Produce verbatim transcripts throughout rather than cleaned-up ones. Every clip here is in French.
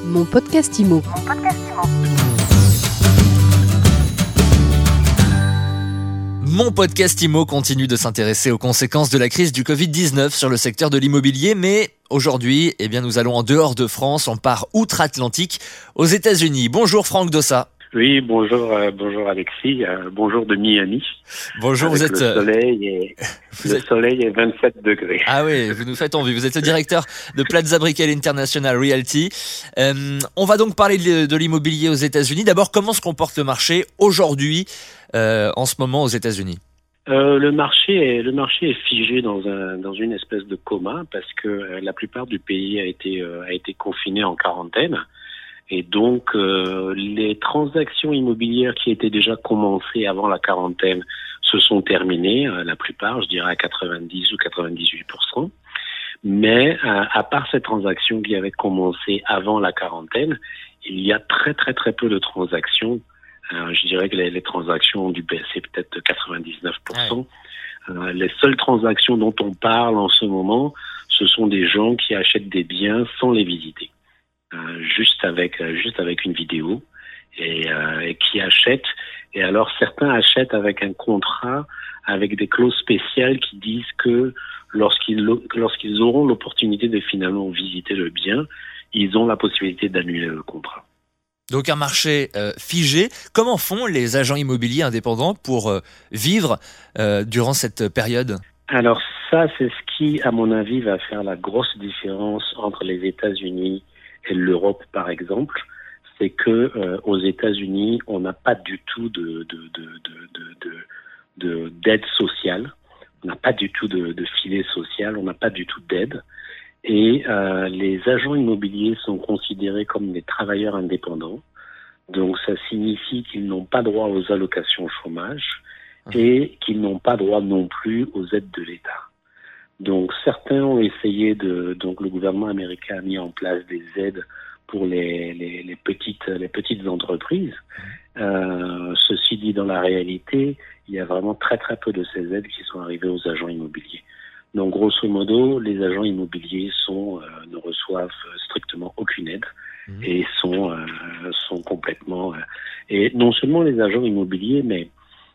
Mon podcast Imo. Mon podcast Imo. Mon podcast Imo continue de s'intéresser aux conséquences de la crise du covid dix-neuf sur le secteur de l'immobilier, mais aujourd'hui, eh bien, nous allons en dehors de France, on part outre-Atlantique, aux États-Unis. Bonjour Franck Dossa. Oui, bonjour, euh, bonjour Alexis, euh, bonjour de Miami. Bonjour, vous êtes... Le soleil est, vous le êtes... soleil est vingt-sept degrés. Ah oui, vous nous faites envie. Vous êtes le directeur de Plaza Brickell International Realty. Euh, on va donc parler de, de l'immobilier aux États-Unis. D'abord, comment se comporte le marché aujourd'hui, euh, en ce moment aux États-Unis ? Euh, le marché est le marché est figé dans un dans une espèce de coma parce que euh, la plupart du pays a été euh, a été confiné en quarantaine. Et donc, euh, les transactions immobilières qui étaient déjà commencées avant la quarantaine se sont terminées, euh, la plupart, je dirais à quatre-vingt-dix ou quatre-vingt-dix-huit pour cent. Mais euh, à part ces transactions qui avaient commencé avant la quarantaine, il y a très très très peu de transactions. Euh, je dirais que les, les transactions ont dû baisser peut-être de quatre-vingt-dix-neuf pour cent. Ouais. Euh, les seules transactions dont on parle en ce moment, ce sont des gens qui achètent des biens sans les visiter. Euh, juste avec euh, juste avec une vidéo et, euh, et qui achètent et alors certains achètent avec un contrat avec des clauses spéciales qui disent que lorsqu'ils lorsqu'ils auront l'opportunité de finalement visiter le bien, ils ont la possibilité d'annuler le contrat. Donc un marché euh, figé. Comment font les agents immobiliers indépendants pour euh, vivre euh, durant cette période ? Alors ça, c'est ce qui, à mon avis, va faire la grosse différence entre les États-Unis et l'Europe, par exemple, c'est que euh, aux États-Unis, on n'a pas du tout de, de, de, de, de, de, de d'aide sociale, on n'a pas du tout de, de filet social, on n'a pas du tout d'aide, et euh, les agents immobiliers sont considérés comme des travailleurs indépendants. Donc, ça signifie qu'ils n'ont pas droit aux allocations chômage et qu'ils n'ont pas droit non plus aux aides de l'État. Donc, certains ont essayé de, donc le gouvernement américain a mis en place des aides pour les, les, les petites, les petites entreprises. Euh, ceci dit, dans la réalité, il y a vraiment très très peu de ces aides qui sont arrivées aux agents immobiliers. Donc, grosso modo, les agents immobiliers sont, euh, ne reçoivent strictement aucune aide mmh. et sont, euh, sont complètement, euh, et non seulement les agents immobiliers, mais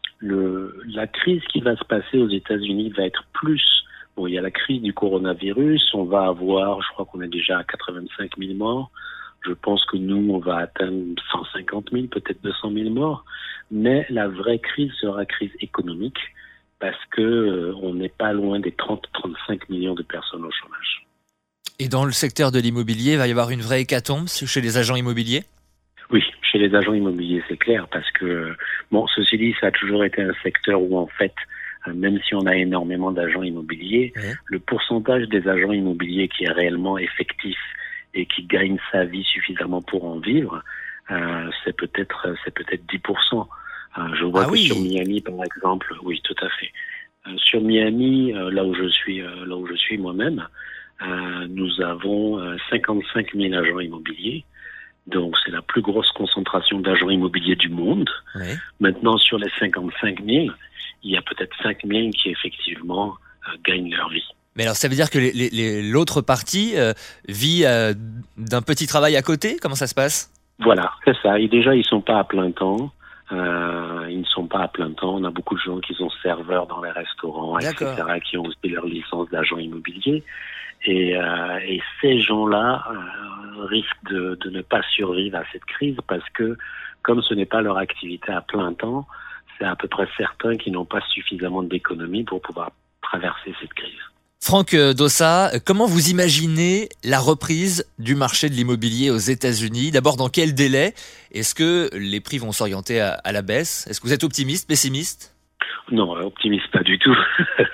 le, la crise qui va se passer aux États-Unis va être plus. Bon, il y a la crise du coronavirus, on va avoir, je crois qu'on est déjà à quatre-vingt-cinq mille morts. Je pense que nous, on va atteindre cent cinquante mille, peut-être deux cent mille morts. Mais la vraie crise sera crise économique parce que euh, on n'est pas loin des trente à trente-cinq millions de personnes au chômage. Et dans le secteur de l'immobilier, il va y avoir une vraie hécatombe chez les agents immobiliers ? Oui, chez les agents immobiliers, c'est clair parce que, bon, ceci dit, ça a toujours été un secteur où, en fait, même si on a énormément d'agents immobiliers, mmh. le pourcentage des agents immobiliers qui est réellement effectif et qui gagne sa vie suffisamment pour en vivre, euh, c'est peut-être c'est peut-être dix pour cent. Euh, je vois ah que oui. Sur Miami, par exemple, oui, tout à fait. Euh, sur Miami, euh, là où je suis, euh, là où je suis moi-même, euh, nous avons euh, cinquante-cinq mille agents immobiliers. Donc, c'est la plus grosse concentration d'agents immobiliers du monde. Oui. Maintenant, sur les cinquante-cinq mille, il y a peut-être cinq mille qui, effectivement, euh, gagnent leur vie. Mais alors, ça veut dire que les, les, l'autre partie euh, vit euh, d'un petit travail à côté ? Comment ça se passe ? Voilà, c'est ça. Et déjà, ils ne sont pas à plein temps. Euh, ils ne sont pas à plein temps. On a beaucoup de gens qui sont serveurs dans les restaurants, D'accord. et cetera, qui ont aussi leur licence d'agent immobilier. Et, euh, et ces gens-là euh, risquent de, de ne pas survivre à cette crise parce que, comme ce n'est pas leur activité à plein temps, c'est à peu près certain qu'ils n'ont pas suffisamment d'économie pour pouvoir traverser cette crise. Franck Dossa, comment vous imaginez la reprise du marché de l'immobilier aux États-Unis ? D'abord, dans quel délai ? Est-ce que les prix vont s'orienter à, à la baisse ? Est-ce que vous êtes optimiste, pessimiste ? Non, optimiste pas du tout.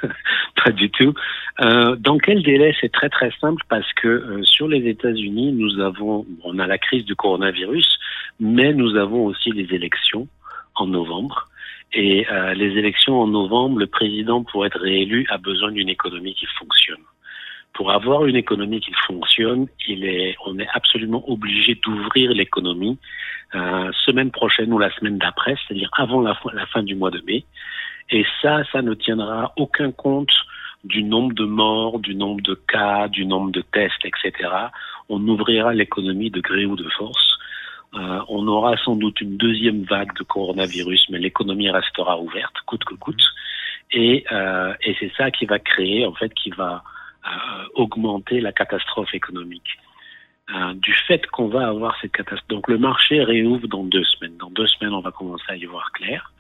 Pas du tout. Euh, dans quel délai ? C'est très très simple parce que euh, sur les États-Unis, nous avons, on a la crise du coronavirus, mais nous avons aussi les élections en novembre. Et euh, les élections en novembre, le président, pour être réélu, a besoin d'une économie qui fonctionne. Pour avoir une économie qui fonctionne, il est, on est absolument obligé d'ouvrir l'économie euh, semaine prochaine ou la semaine d'après, c'est-à-dire avant la, la fin du mois de mai. Et ça, ça ne tiendra aucun compte du nombre de morts, du nombre de cas, du nombre de tests, et cetera. on ouvrira l'économie de gré ou de force. Euh, on aura sans doute une deuxième vague de coronavirus, mais l'économie restera ouverte, coûte que coûte. Et, euh, et c'est ça qui va créer, en fait, qui va euh, augmenter la catastrophe économique. Euh, du fait qu'on va avoir cette catastrophe, donc le marché réouvre dans deux semaines. Dans deux semaines, on va commencer à y voir clair.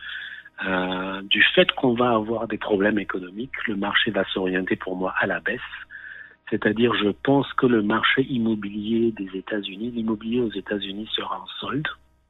Euh, du fait qu'on va avoir des problèmes économiques, le marché va s'orienter pour moi à la baisse. C'est-à-dire, je pense que le marché immobilier des États-Unis, l'immobilier aux États-Unis sera en solde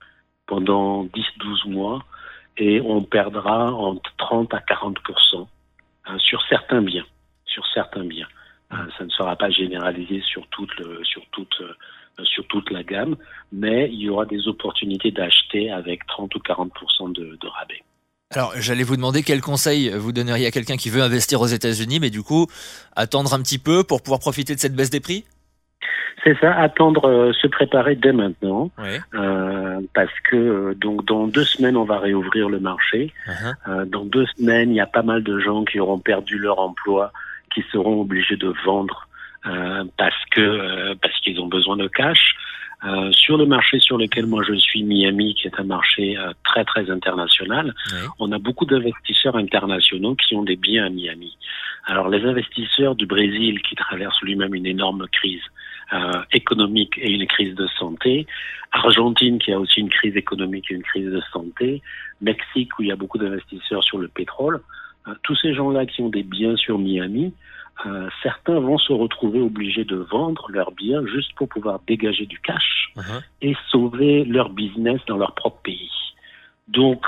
pendant dix à douze mois et on perdra entre trente à quarante pour cent hein, sur certains biens, sur certains biens. Hein, ça ne sera pas généralisé sur toute, le, sur, toute, euh, sur toute la gamme, mais il y aura des opportunités d'acheter avec trente ou quarante pour cent de, de rabais. Alors, j'allais vous demander quel conseil vous donneriez à quelqu'un qui veut investir aux États-Unis, mais du coup, attendre un petit peu pour pouvoir profiter de cette baisse des prix ? C'est ça, attendre, euh, se préparer dès maintenant, oui. euh, parce que euh, donc dans deux semaines on va réouvrir le marché. Uh-huh. Euh, dans deux semaines, il y a pas mal de gens qui auront perdu leur emploi, qui seront obligés de vendre euh, parce que euh, parce qu'ils ont besoin de cash. Euh, sur le marché sur lequel moi je suis, Miami, qui est un marché euh, très très international, oui. On a beaucoup d'investisseurs internationaux qui ont des biens à Miami. Alors les investisseurs du Brésil qui traversent lui-même une énorme crise euh, économique et une crise de santé, Argentine qui a aussi une crise économique et une crise de santé, Mexique où il y a beaucoup d'investisseurs sur le pétrole, euh, tous ces gens-là qui ont des biens sur Miami, Euh, certains vont se retrouver obligés de vendre leurs biens juste pour pouvoir dégager du cash uh-huh. et sauver leur business dans leur propre pays. Donc,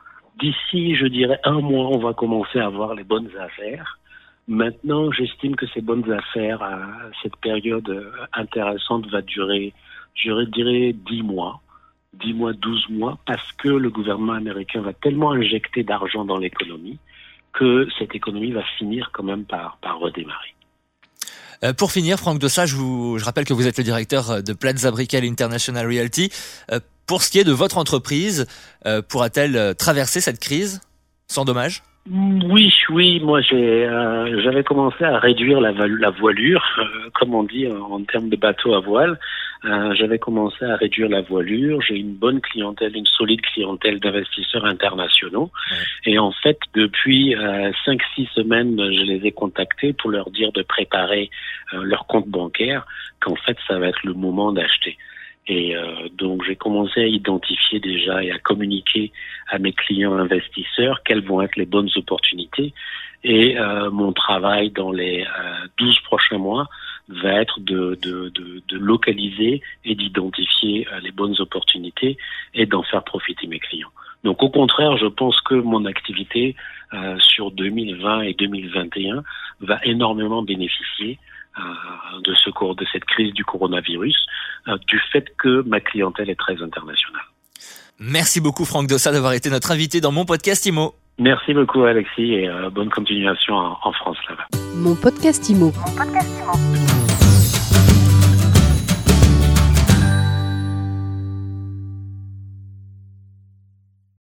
d'ici, je dirais, un mois, on va commencer à avoir les bonnes affaires. Maintenant, j'estime que ces bonnes affaires, à cette période intéressante, va durer, je dirais, dix mois, dix mois, douze mois, parce que le gouvernement américain va tellement injecter d'argent dans l'économie que cette économie va finir quand même par, par redémarrer. Euh, pour finir, Franck Dossat, je, vous, je rappelle que vous êtes le directeur de Plaza Brickell International Realty. Euh, pour ce qui est de votre entreprise, euh, pourra-t-elle traverser cette crise sans dommage ? Oui, oui, moi j'ai, euh, j'avais commencé à réduire la, la voilure, euh, comme on dit en, en termes de bateau à voile. Euh, j'avais commencé à réduire la voilure. J'ai une bonne clientèle, une solide clientèle d'investisseurs internationaux. Ouais. Et en fait, depuis euh, cinq six semaines, je les ai contactés pour leur dire de préparer euh, leur compte bancaire, qu'en fait, ça va être le moment d'acheter. Et euh, donc, j'ai commencé à identifier déjà et à communiquer à mes clients investisseurs quelles vont être les bonnes opportunités. Et euh, mon travail dans les euh, douze prochains mois va être de, de, de, de localiser et d'identifier euh, les bonnes opportunités et d'en faire profiter mes clients. Donc, au contraire, je pense que mon activité euh, sur deux mille vingt et deux mille vingt et un va énormément bénéficier de ce cours, de cette crise du coronavirus, euh, du fait que ma clientèle est très internationale. Merci beaucoup Franck Dossat d'avoir été notre invité dans mon podcast Imo. Merci beaucoup Alexis et euh, bonne continuation en, en France là-bas. Mon podcast Imo. Mon podcast Imo.